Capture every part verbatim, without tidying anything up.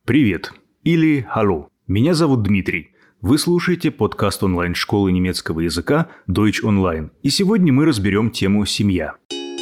Привет или hallo. Меня зовут Дмитрий. Вы слушаете подкаст онлайн-школы немецкого языка Deutsch Online. И сегодня мы разберем тему «Семья».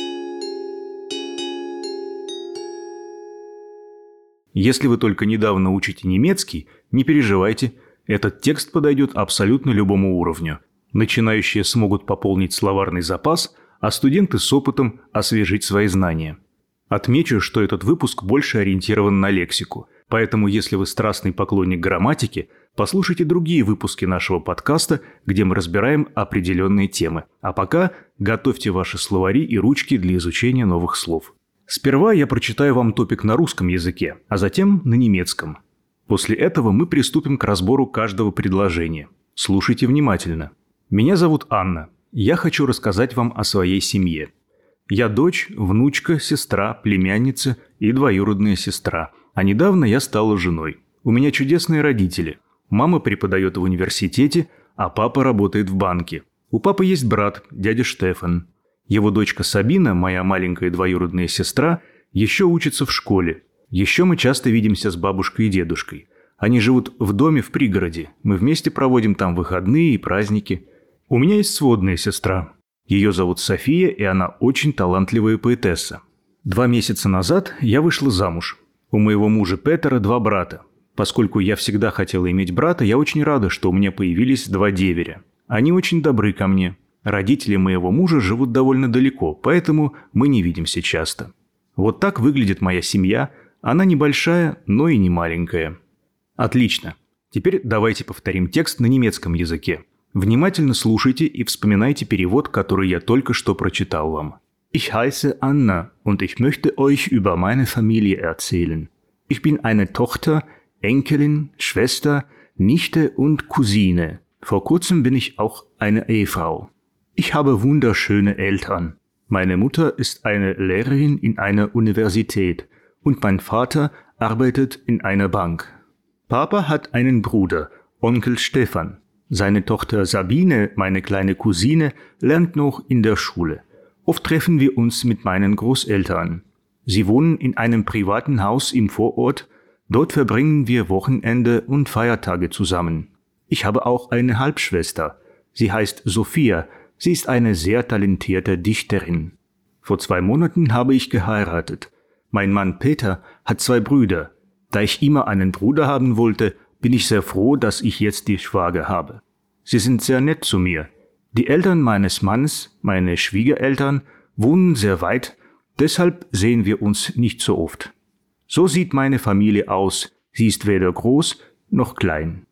Если вы только недавно учите немецкий, не переживайте, этот текст подойдет абсолютно любому уровню. Начинающие смогут пополнить словарный запас, а студенты с опытом освежить свои знания. Отмечу, что этот выпуск больше ориентирован на лексику, поэтому если вы страстный поклонник грамматики, послушайте другие выпуски нашего подкаста, где мы разбираем определенные темы. А пока готовьте ваши словари и ручки для изучения новых слов. Сперва я прочитаю вам топик на русском языке, а затем на немецком. После этого мы приступим к разбору каждого предложения. Слушайте внимательно. Меня зовут Анна. Я хочу рассказать вам о своей семье. Я дочь, внучка, сестра, племянница и двоюродная сестра. А недавно я стала женой. У меня чудесные родители. Мама преподает в университете, а папа работает в банке. У папы есть брат, дядя Штефан. Его дочка Сабина, моя маленькая двоюродная сестра, еще учится в школе. Еще мы часто видимся с бабушкой и дедушкой. Они живут в доме в пригороде. Мы вместе проводим там выходные и праздники. У меня есть сводная сестра. Ее зовут София, и она очень талантливая поэтесса. Два месяца назад я вышла замуж. У моего мужа Петера два брата. Поскольку я всегда хотела иметь брата, я очень рада, что у меня появились два деверя. Они очень добры ко мне. Родители моего мужа живут довольно далеко, поэтому мы не видимся часто. Вот так выглядит моя семья. Она небольшая, но и не маленькая. Отлично. Теперь давайте повторим текст на немецком языке. Внимательно слушайте и вспоминайте перевод, который я только что прочитал вам. Ich heiße Anna und ich möchte euch über meine Familie erzählen. Ich bin eine Tochter, Enkelin, Schwester, Nichte und Cousine. Vor kurzem bin ich auch eine Ehefrau. Ich habe wunderschöne Eltern. Meine Mutter ist eine Lehrerin in einer Universität und mein Vater arbeitet in einer Bank. Papa hat einen Bruder, Onkel Stefan. Seine Tochter Sabine, meine kleine Cousine, lernt noch in der Schule. Oft treffen wir uns mit meinen Großeltern. Sie wohnen in einem privaten Haus im Vorort. Dort verbringen wir Wochenende und Feiertage zusammen. Ich habe auch eine Halbschwester. Sie heißt Sophia. Sie ist eine sehr talentierte Dichterin. Vor zwei Monaten habe ich geheiratet. Mein Mann Peter hat zwei Brüder. Da ich immer einen Bruder haben wollte, bin ich sehr froh, dass ich jetzt die Schwager habe. Sie sind sehr nett zu mir. Die Eltern meines Mannes, meine Schwiegereltern, wohnen sehr weit, deshalb sehen wir uns nicht so oft. So sieht meine Familie aus. Sie ist weder groß noch klein.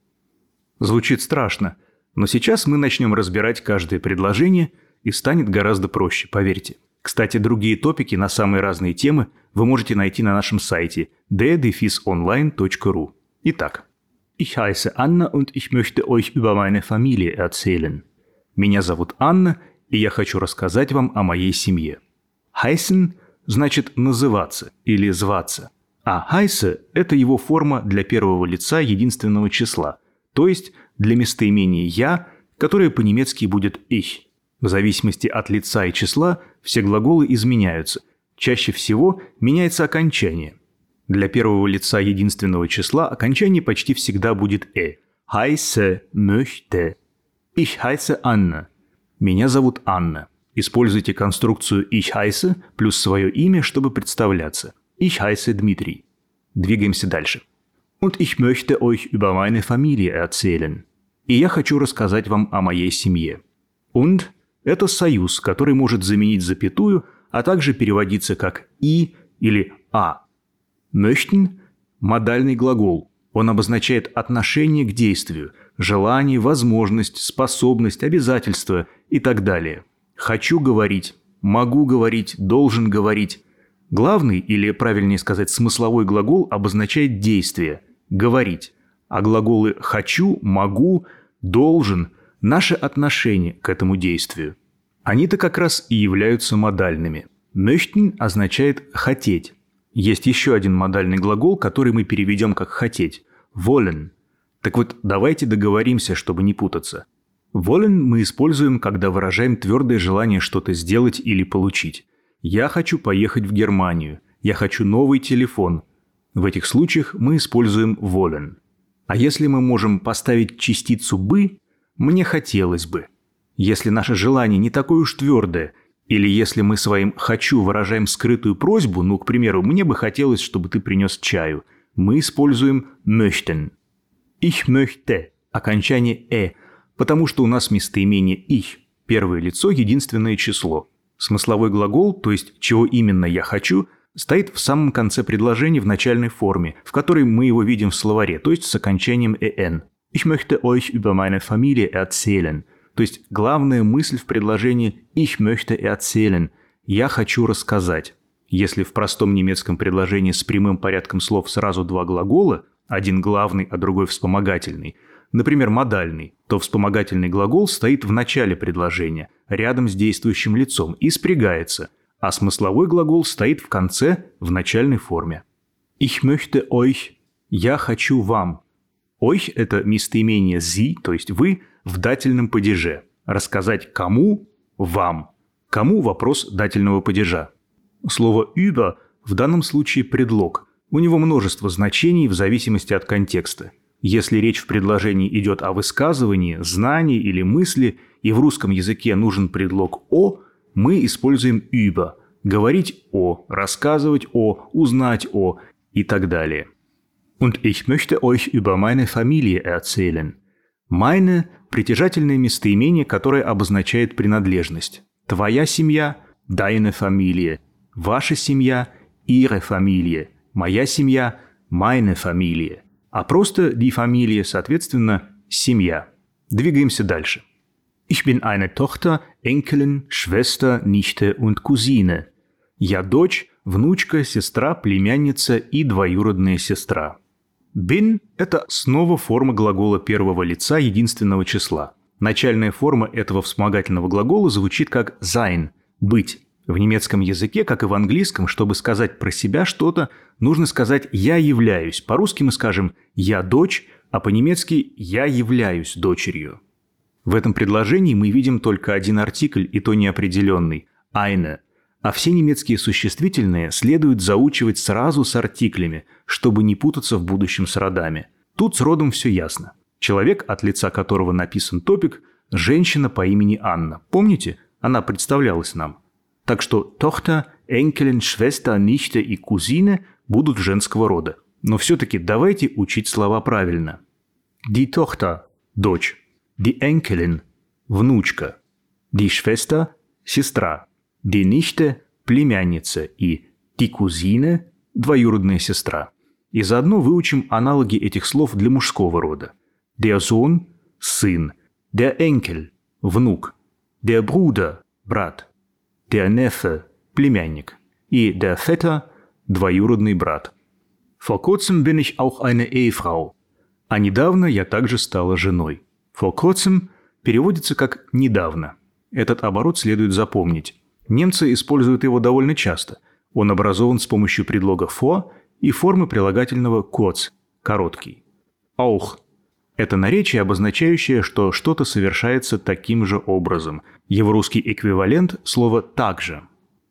Звучит страшно, но сейчас мы начнем разбирать каждое предложение, и станет гораздо проще, поверьте. Кстати, другие топики на самые разные темы вы можете найти на нашем сайте d dash online точка ru. Итак, ich heiße Anna und ich möchte euch über meine Familie erzählen. Меня зовут Анна, и я хочу рассказать вам о моей семье. Heißen значит называться или зваться, а heiße – это его форма для первого лица единственного числа, то есть для местоимения «я», которое по-немецки будет ich. В зависимости от лица и числа все глаголы изменяются. Чаще всего меняется окончание. Для первого лица единственного числа окончание почти всегда будет «э». Heiße, möchte. Ich heiße Anna. Меня зовут Анна. Используйте конструкцию ich heiße плюс свое имя, чтобы представляться. Ich heiße Дмитрий. Двигаемся дальше. Und ich möchte euch über meine Familie erzählen. И я хочу рассказать вам о моей семье. Und – это союз, который может заменить запятую, а также переводиться как «и» или «а». Möchten – модальный глагол. Он обозначает отношение к действию, желание, возможность, способность, обязательство и так далее. Хочу говорить, могу говорить, должен говорить. Главный, или правильнее сказать, смысловой глагол обозначает действие – говорить. А глаголы «хочу», «могу», «должен» – наше отношение к этому действию. Они-то как раз и являются модальными. Möchten означает «хотеть». Есть еще один модальный глагол, который мы переведем как «хотеть» – wollen. Так вот, давайте договоримся, чтобы не путаться. Wollen мы используем, когда выражаем твердое желание что-то сделать или получить. Я хочу поехать в Германию. Я хочу новый телефон. В этих случаях мы используем wollen. А если мы можем поставить частицу «бы», «мне хотелось бы». Если наше желание не такое уж твердое, или если мы своим «хочу» выражаем скрытую просьбу, ну, к примеру, «мне бы хотелось, чтобы ты принес чаю», мы используем möchten. Ich möchte – окончание «э», потому что у нас местоимение «ich» – первое лицо, единственное число. Смысловой глагол, то есть «чего именно я хочу», стоит в самом конце предложения в начальной форме, в которой мы его видим в словаре, то есть с окончанием «en». Ich möchte euch über meine Familie erzählen. То есть главная мысль в предложении «ich möchte erzählen» – «я хочу рассказать». Если в простом немецком предложении с прямым порядком слов сразу два глагола, один главный, а другой вспомогательный, например, модальный, то вспомогательный глагол стоит в начале предложения, рядом с действующим лицом и спрягается, а смысловой глагол стоит в конце, в начальной форме. Ich möchte euch – «я хочу вам». Euch – это местоимение Sie, то есть вы, в дательном падеже. Рассказать кому – вам. Кому – вопрос дательного падежа. Слово über в данном случае предлог. У него множество значений в зависимости от контекста. Если речь в предложении идет о высказывании, знании или мысли, и в русском языке нужен предлог «о», мы используем über – говорить о, рассказывать о, узнать о и так далее. Und ich möchte euch über meine Familie erzählen. Meine – притяжательное местоимение, которое обозначает принадлежность. Твоя семья – deine Familie. Ваша семья – ihre Familie. Моя семья – meine Familie. А просто die Familie, соответственно, семья. Двигаемся дальше. Ich bin eine Tochter, Enkelin, Schwester, Nichte und Cousine. Я дочь, внучка, сестра, племянница и двоюродная сестра. Bin – это снова форма глагола первого лица единственного числа. Начальная форма этого вспомогательного глагола звучит как sein – быть. В немецком языке, как и в английском, чтобы сказать про себя что-то, нужно сказать «я являюсь». По-русски мы скажем «я дочь», а по-немецки «я являюсь дочерью». В этом предложении мы видим только один артикль, и то неопределенный – eine. А все немецкие существительные следует заучивать сразу с артиклями, чтобы не путаться в будущем с родами. Тут с родом все ясно. Человек, от лица которого написан топик – женщина по имени Анна. Помните? Она представлялась нам. Так что Tochter, Enkelin, Schwester, Nichte и Cousine будут женского рода. Но все-таки давайте учить слова правильно. Die Tochter – дочь. Die Enkelin – внучка. Die Schwester – сестра. Die Nichte – племянница. И die Cousine – двоюродная сестра. И заодно выучим аналоги этих слов для мужского рода. Der Sohn – сын. Der Enkel – внук. Der Bruder – брат. Der Neffe – племянник. И der Vetter – двоюродный брат. Vor kurzem bin ich auch eine Ehefrau. А недавно я также стала женой. Vor kurzem переводится как «недавно». Этот оборот следует запомнить. Немцы используют его довольно часто. Он образован с помощью предлога vor и формы прилагательного kurz – короткий. Auch – это наречие, обозначающее, что что-то совершается таким же образом. Его русский эквивалент – слово «также».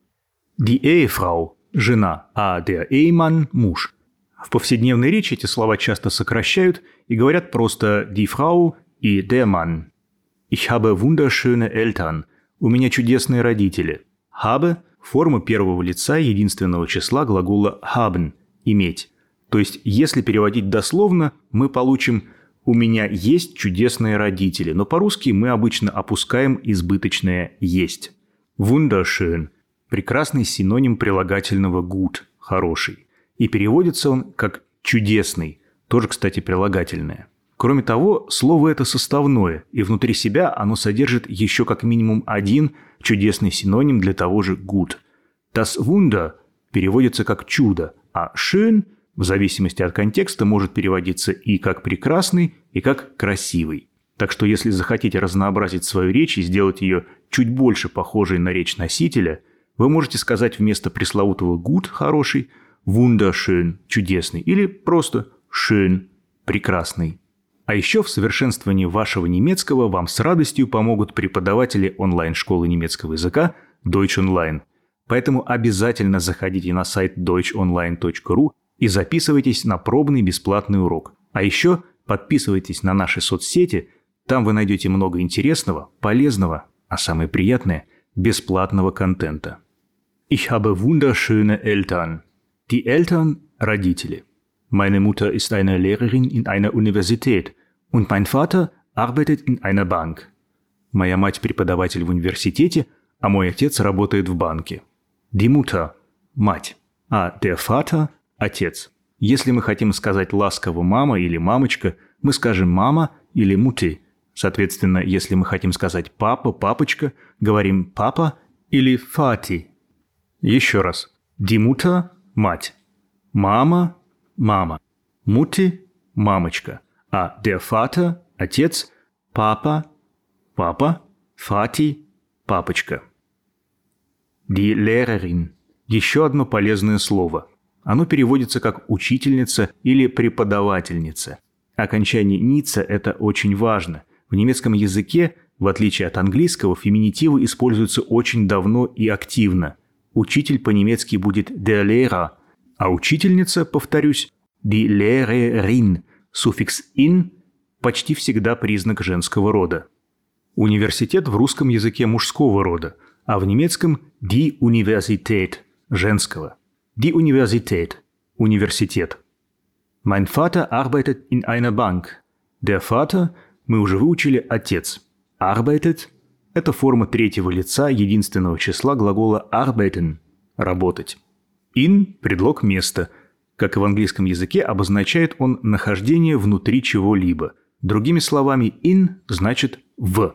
Die Ehefrau – жена, а der Ehemann – муж. В повседневной речи эти слова часто сокращают и говорят просто die Frau и der Mann. Ich habe wunderschöne Eltern. У меня чудесные родители. Habe – форма первого лица единственного числа глагола haben – иметь. То есть, если переводить дословно, мы получим «у меня есть чудесные родители», но по-русски мы обычно опускаем избыточное «есть». Wunderschön – прекрасный синоним прилагательного gut – хороший. И переводится он как «чудесный», тоже, кстати, прилагательное. Кроме того, слово это составное, и внутри себя оно содержит еще как минимум один чудесный синоним для того же gut. Das Wunder переводится как «чудо», а schön в зависимости от контекста может переводиться и как «прекрасный», и как «красивый». Так что если захотите разнообразить свою речь и сделать ее чуть больше похожей на речь носителя, вы можете сказать вместо пресловутого gut – хороший, wunderschön – чудесный, или просто schön – прекрасный. А еще в совершенствовании вашего немецкого вам с радостью помогут преподаватели онлайн-школы немецкого языка Deutsch Online. Поэтому обязательно заходите на сайт deutsch online точка ru и записывайтесь на пробный бесплатный урок. А еще подписывайтесь на наши соцсети, там вы найдете много интересного, полезного, а самое приятное – бесплатного контента. Ich habe wunderschöne Eltern. Die Eltern – родители. Meine Mutter ist eine Lehrerin in einer Universität und mein Vater arbeitet in einer Bank. Моя мать преподаватель в университете, а мой отец работает в банке. Die Mutter – мать, а der Vater – отец. Если мы хотим сказать ласково «мама» или «мамочка», мы скажем «мама» или «мути». Соответственно, если мы хотим сказать «папа», «папочка», говорим «папа» или «фати». Еще раз. Die Mutter – мать. Мама – мама. Мути – мамочка. А der Vater – отец. Папа – папа. Фати – папочка. Die Lehrerin – еще одно полезное слово. Оно переводится как «учительница» или «преподавательница». Окончание «ница» – это очень важно. В немецком языке, в отличие от английского, феминитивы используются очень давно и активно. Учитель по-немецки будет der Lehrer, а учительница, повторюсь, die Lehrerin. Суффикс «in» почти всегда признак женского рода. Университет в русском языке мужского рода, а в немецком die Universität женского. Die Universität – университет. Mein Vater arbeitet in einer Bank. Der Vater – мы уже выучили отец. Arbeitet – это форма третьего лица единственного числа глагола arbeiten – работать. In – предлог места. Как и в английском языке, обозначает он нахождение внутри чего-либо. Другими словами, in значит в.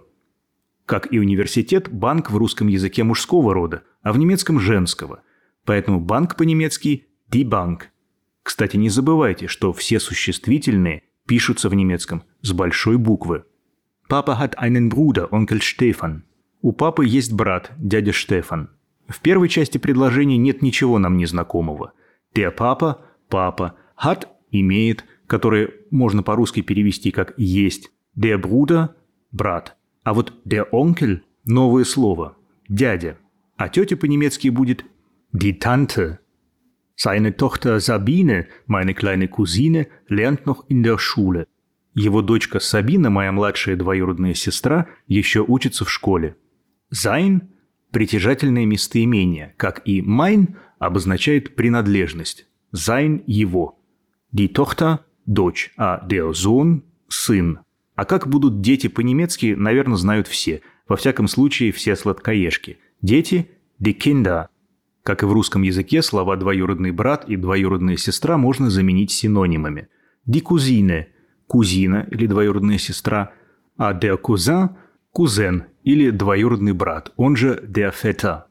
Как и университет, банк в русском языке мужского рода, а в немецком женского. Поэтому банк по-немецки die Bank. Кстати, не забывайте, что все существительные пишутся в немецком с большой буквы. Папа hat einen Bruder, Onkel Stefan. У папы есть брат, дядя Штефан. В первой части предложения нет ничего нам незнакомого. Der папа – папа, hat – имеет, которое можно по-русски перевести как «есть». Der Bruder – брат. А вот der Onkel – новое слово, дядя. А тетя по-немецки будет die Tante. Seine Tochter Sabine, meine kleine Cousine, lernt noch in der Schule. Его дочка Сабина, моя младшая двоюродная сестра, еще учится в школе. Sein – притяжательное местоимение, как и mein обозначает принадлежность. Sein – его. Die Tochter – дочь, а der Sohn – сын. А как будут дети по-немецки, наверное, знают все. Во всяком случае, все сладкоежки. Дети – die Kinder. Как и в русском языке, слова «двоюродный брат» и «двоюродная сестра» можно заменить синонимами. Die Cousine – кузина или двоюродная сестра, а der Cousin – кузен или двоюродный брат, он же der Vetter.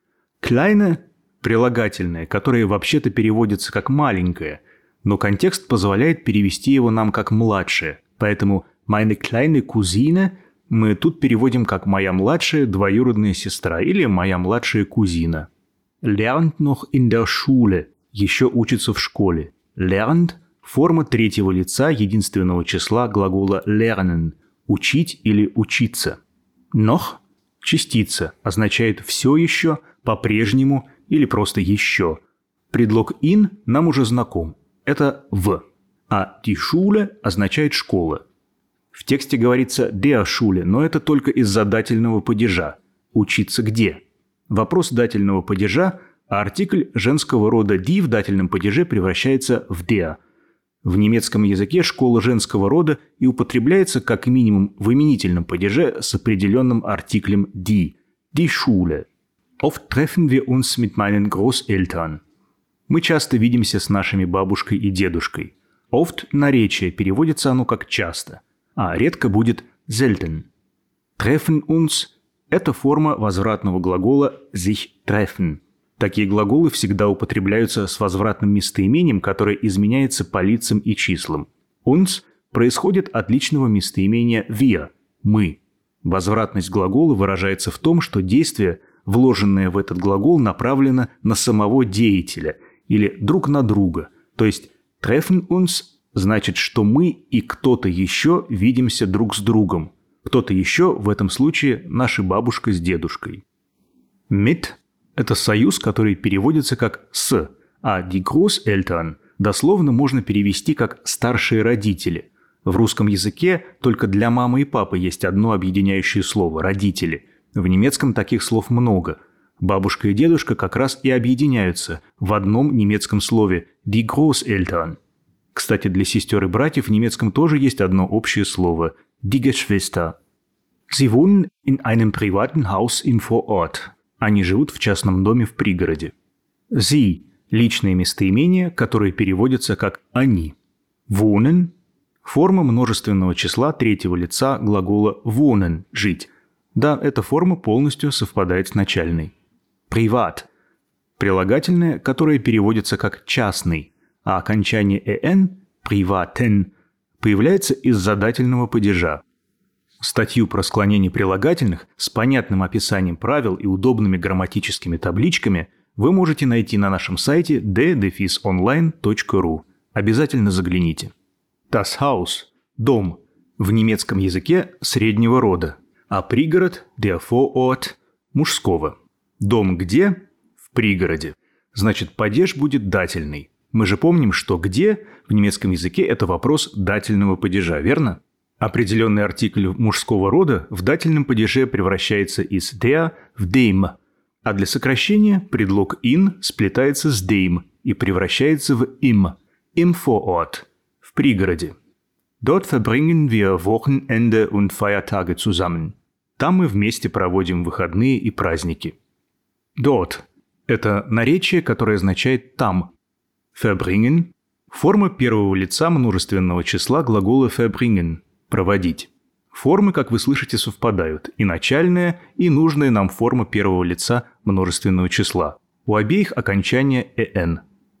Kleine – прилагательное, которое вообще-то переводится как «маленькое», но контекст позволяет перевести его нам как «младшее», поэтому meine kleine Cousine мы тут переводим как «моя младшая двоюродная сестра» или «моя младшая кузина». Lernt noch in der Schule – еще учится в школе. Lernt – форма третьего лица единственного числа глагола lernen – учить или учиться. Noch – частица, означает «все еще», «по-прежнему» или просто «еще». Предлог in нам уже знаком – это «в», а die Schule означает «школа». В тексте говорится der Schule, но это только из-за дательного падежа – «учиться где?». Вопрос дательного падежа, а артикль женского рода die в дательном падеже превращается в der. В немецком языке школа женского рода и употребляется как минимум в именительном падеже с определенным артиклем die. Die Schule. Oft treffen wir uns mit meinen Großeltern. Мы часто видимся с нашими бабушкой и дедушкой. Oft наречие, переводится оно как часто, а редко будет selten. Treffen uns – это форма возвратного глагола sich treffen. Такие глаголы всегда употребляются с возвратным местоимением, которое изменяется по лицам и числам. Uns происходит от личного местоимения wir – мы. Возвратность глагола выражается в том, что действие, вложенное в этот глагол, направлено на самого деятеля или друг на друга. То есть treffen uns значит, что мы и кто-то еще видимся друг с другом. Кто-то еще, в этом случае, наша бабушка с дедушкой. Mit – это союз, который переводится как «с», а die Großeltern дословно можно перевести как «старшие родители». В русском языке только для мамы и папы есть одно объединяющее слово – «родители». В немецком таких слов много. Бабушка и дедушка как раз и объединяются в одном немецком слове «die Großeltern». Кстати, для сестер и братьев в немецком тоже есть одно общее слово – «die Geschwister». Sie wohnen in einem privaten Haus in Vorort. Они живут в частном доме в пригороде. Sie – личное местоимение, которое переводится как «они». Wohnen – форма множественного числа третьего лица глагола wohnen – жить. Да, эта форма полностью совпадает с начальной. Privat – прилагательное, которое переводится как «частный», а окончание «en» – «privaten» появляется из задательного падежа. Статью про склонение прилагательных с понятным описанием правил и удобными грамматическими табличками вы можете найти на нашем сайте ди дефис онлайн точка ру. Обязательно загляните. Das Haus – дом, в немецком языке среднего рода, а пригород – der Vorort – мужского. Дом где? В пригороде. Значит, падеж будет дательный. Мы же помним, что «где» в немецком языке – это вопрос дательного падежа, верно? Определенный артикль мужского рода в дательном падеже превращается из der в dem, а для сокращения предлог in сплетается с dem и превращается в im, im Vorort, в пригороде. Dort verbringen wir Wochenende und Feiertage zusammen. Там мы вместе проводим выходные и праздники. Dort – это наречие, которое означает «там». Verbringen – форма первого лица множественного числа глагола verbringen – проводить. Формы, как вы слышите, совпадают. И начальная, и нужная нам форма первого лица множественного числа. У обеих окончание «en».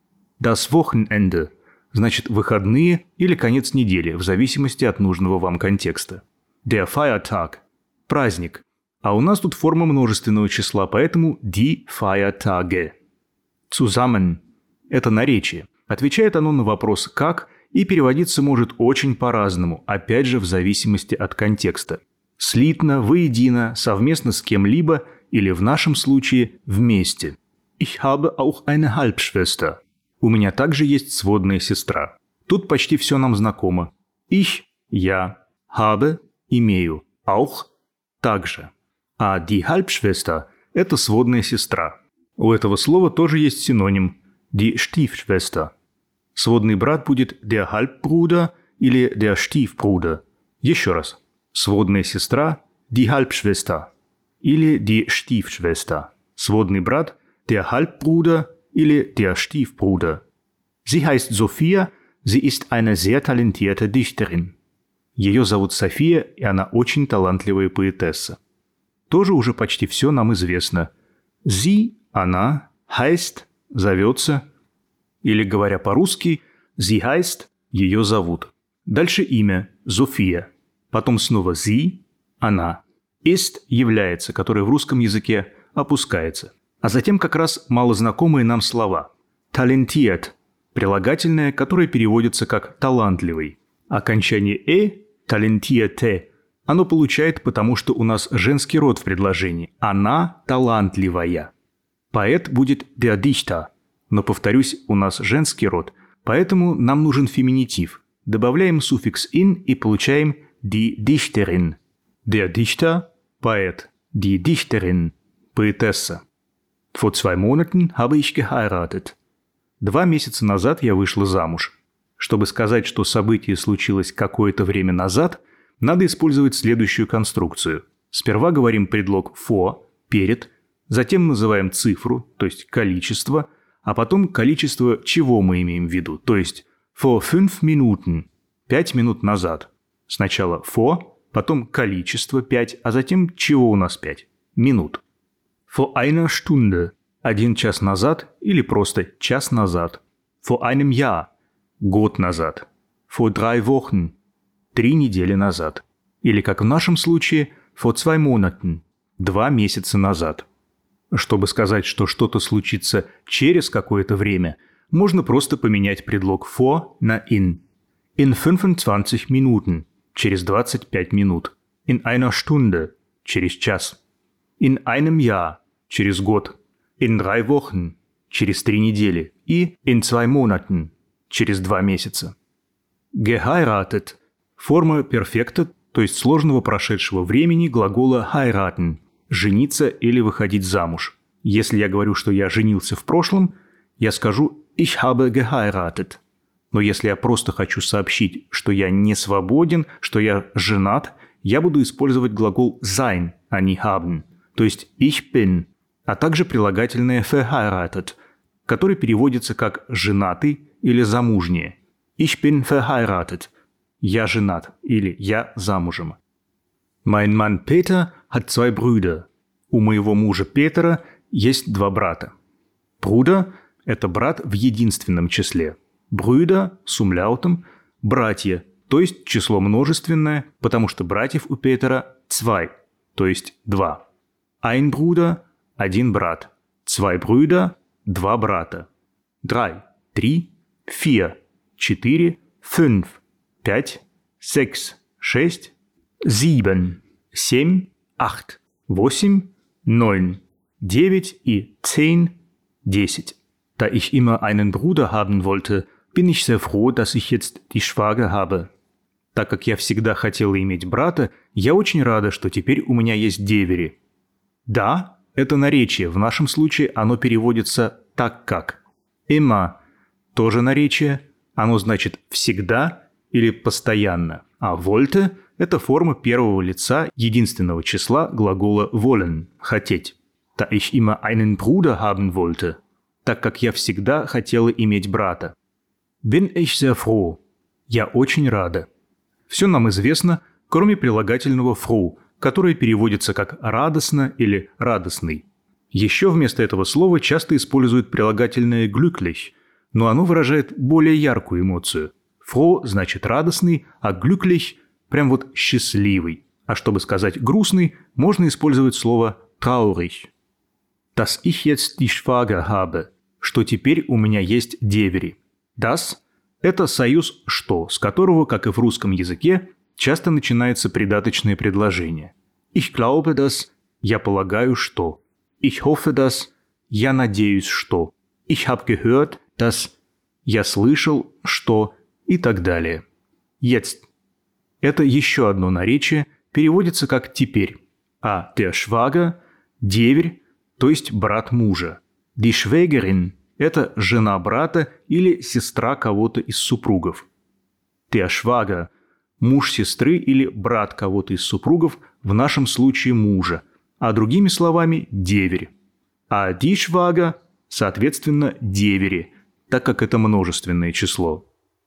Das Wochenende – значит выходные или конец недели, в зависимости от нужного вам контекста. Der Feiertag – праздник. А у нас тут форма множественного числа, поэтому die Feiertage. Zusammen – это наречие. Отвечает оно на вопрос «как» и переводиться может очень по-разному, опять же в зависимости от контекста. Слитно, воедино, совместно с кем-либо или в нашем случае вместе. Ich habe auch eine Halbschwester. У меня также есть сводная сестра. Тут почти все нам знакомо. Ich – я, habe – имею, auch – также. А die Halbschwester – это сводная сестра. У этого слова тоже есть синоним – die Stiefschwester. Сводный брат будет der Halbbruder или der Stiefbruder. Еще раз. Сводная сестра – die Halbschwester или die Stiefschwester. Сводный брат – der Halbbruder или der Stiefbruder. Sie heißt Sophia, sie ist eine sehr talentierte Dichterin. Ее зовут София, и она очень талантливая поэтесса. Тоже уже почти все нам известно. Sie – она, heißt – зовется, или, говоря по-русски, sie heißt – ее зовут. Дальше имя – София. Потом снова sie – она. Ist – является, которое в русском языке опускается. А затем как раз малознакомые нам слова. Talentiert – прилагательное, которое переводится как «талантливый». Окончание «э» – talentierte – оно получает, потому что у нас женский род в предложении. Она талантливая. Поэт будет der Dichter. Но, повторюсь, у нас женский род, поэтому нам нужен феминитив. Добавляем суффикс «in» и получаем die Dichterin. Der Dichter – поэт. Die Dichterin – поэтесса. Vor zwei Monaten habe ich geheiratet. Два месяца назад я вышла замуж. Чтобы сказать, что событие случилось какое-то время назад, надо использовать следующую конструкцию. Сперва говорим предлог vor – перед, затем называем цифру, то есть количество, а потом количество, чего мы имеем в виду, то есть vor fünf Minuten – пять минут назад. Сначала vor, потом количество пять, а затем чего у нас пять? Минут. Vor einer Stunde – один час назад или просто час назад. Vor einem Jahr – год назад. Vor drei Wochen – три недели назад. Или, как в нашем случае, vor zwei Monaten – два месяца назад. Чтобы сказать, что что-то случится через какое-то время, можно просто поменять предлог vor на in. In fünfundzwanzig Minuten – через двадцать пять минут. In einer Stunde – через час. In einem Jahr – через год. In drei Wochen – через три недели. И in zwei Monaten – через два месяца. Geheiratet – форма перфекта, то есть сложного прошедшего времени глагола heiraten – жениться или выходить замуж. Если я говорю, что я женился в прошлом, я скажу «Ich habe geheiratet». Но если я просто хочу сообщить, что я не свободен, что я женат, я буду использовать глагол sein, а не haben, то есть ich bin, а также прилагательное verheiratet, который переводится как «женатый» или «замужнее». Ich bin verheiratet – «я женат» или «я замужем». Mein Mann Peter hat zwei Brüder. У моего мужа Петера есть два брата. Bruder – это брат в единственном числе. Brüder с умляутом – братья, то есть число множественное, потому что братьев у Петера zwei, то есть два. Ein Bruder – один брат. Zwei Brüder – два брата. Drei – три. Vier – четыре. Fünf – пять. Sechs – шесть. Sieben – семь. Acht – восемь. Neun – девять и zehn – десять. Da ich immer einen Bruder haben wollte, bin ich sehr froh, dass ich jetzt die Schwager habe. Так как я всегда хотела иметь брата, я очень рада, что теперь у меня есть девери. Да, это наречие, в нашем случае оно переводится так как. Immer – тоже наречие, оно значит «всегда» или «постоянно», а wollte – это форма первого лица единственного числа глагола wollen – «хотеть». Da ich immer einen Bruder haben wollte, так как я всегда хотела иметь брата. Bin ich sehr froh. Я очень рада. Все нам известно, кроме прилагательного froh, которое переводится как «радостно» или «радостный». Еще вместо этого слова часто используют прилагательное glücklich, но оно выражает более яркую эмоцию. Froh значит «радостный», а glücklich – прям вот «счастливый». А чтобы сказать «грустный», можно использовать слово traurig. Dass ich jetzt die Schwager habe, что теперь у меня есть девери. Das – это союз «что», с которого, как и в русском языке, часто начинается придаточное предложение. Ich glaube, dass – я полагаю, что. Ich hoffe, dass – я надеюсь, что. Ich habe gehört, dass – я слышал, что и так далее. Jetzt – это еще одно наречие, переводится как «теперь». А der Schwager – деверь, то есть брат мужа. Die Schwägerin – это жена брата или сестра кого-то из супругов. Der Schwager – муж сестры или брат кого-то из супругов, в нашем случае мужа, а другими словами – деверь. А die Schwager – соответственно, девери, так как это множественное число.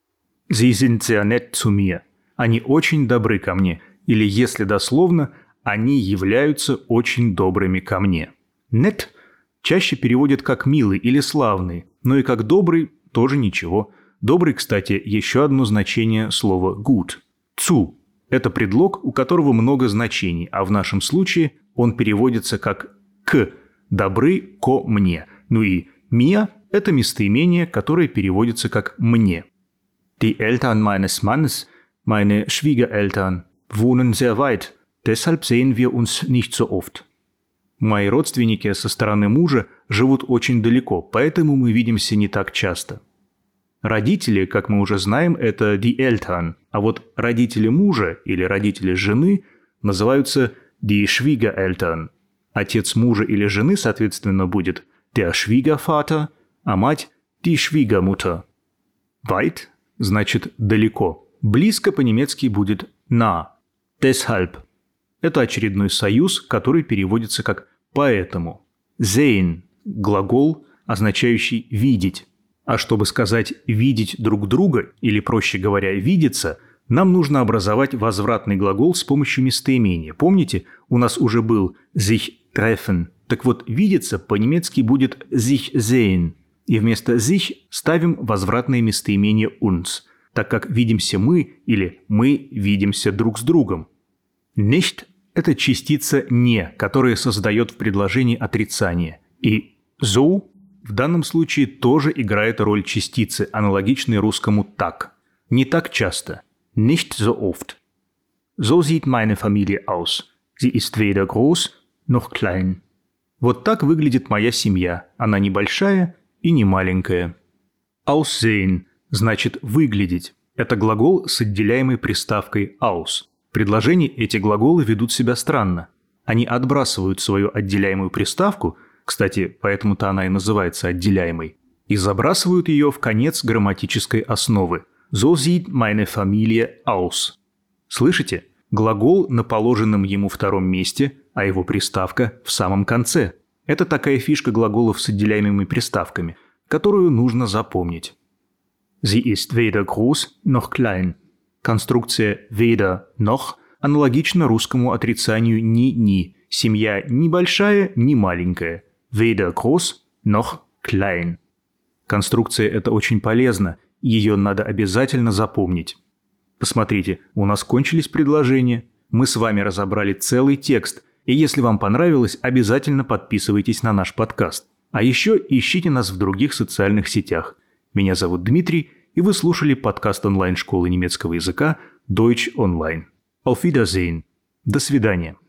Sie sind sehr nett zu mir. Они очень добры ко мне, или, если дословно, они являются очень добрыми ко мне. Nett чаще переводят как «милый» или «славный», но и как «добрый» тоже ничего. «Добрый», кстати, еще одно значение слова «gut». «Zu» – это предлог, у которого много значений, а в нашем случае он переводится как «к» – «добры ко мне». Ну и «mir» – это местоимение, которое переводится как «мне». Die Eltern meines Mannes, meine Schwiegereltern, wohnen sehr weit, deshalb sehen wir uns nicht so oft. Мои родственники со стороны мужа живут очень далеко, поэтому мы видимся не так часто. Родители, как мы уже знаем, это die Eltern, а вот родители мужа или родители жены называются die Schwiegereltern. Отец мужа или жены, соответственно, будет der Schwiegervater, а мать die Schwiegermutter. Weit значит далеко. Близко по-немецки будет nah. Deshalb. Это очередной союз, который переводится как «поэтому». Sehen – глагол, означающий «видеть». А чтобы сказать «видеть друг друга» или, проще говоря, «видеться», нам нужно образовать возвратный глагол с помощью местоимения. Помните, у нас уже был sich treffen. Так вот, «видеться» по-немецки будет sich sehen. И вместо sich ставим возвратное местоимение uns, так как видимся мы или мы видимся друг с другом. Nicht – это частица «не», которая создает в предложении отрицание. И so в данном случае тоже играет роль частицы, аналогичной русскому «так». Не так часто. Nicht so oft. So sieht meine Familie aus. Sie ist weder groß noch klein. Вот так выглядит моя семья. Она не большая и не маленькая. Aussehen значит «выглядеть». Это глагол с отделяемой приставкой aus. В предложении эти глаголы ведут себя странно. Они отбрасывают свою отделяемую приставку, кстати, поэтому-то она и называется отделяемой, и забрасывают ее в конец грамматической основы. So sieht meine Familie aus. Слышите? Глагол на положенном ему втором месте, а его приставка в самом конце. Это такая фишка глаголов с отделяемыми приставками, которую нужно запомнить. Sie ist weder groß noch klein. Конструкция weder noch аналогична русскому отрицанию ни-ни. Семья ни большая, ни маленькая. Weder groß noch klein. Конструкция эта очень полезна, и ее надо обязательно запомнить. Посмотрите, у нас кончились предложения. Мы с вами разобрали целый текст. И если вам понравилось, обязательно подписывайтесь на наш подкаст. А еще ищите нас в других социальных сетях. Меня зовут Дмитрий, и вы слушали подкаст онлайн-школы немецкого языка Deutsch Online. Auf Wiedersehen. До свидания.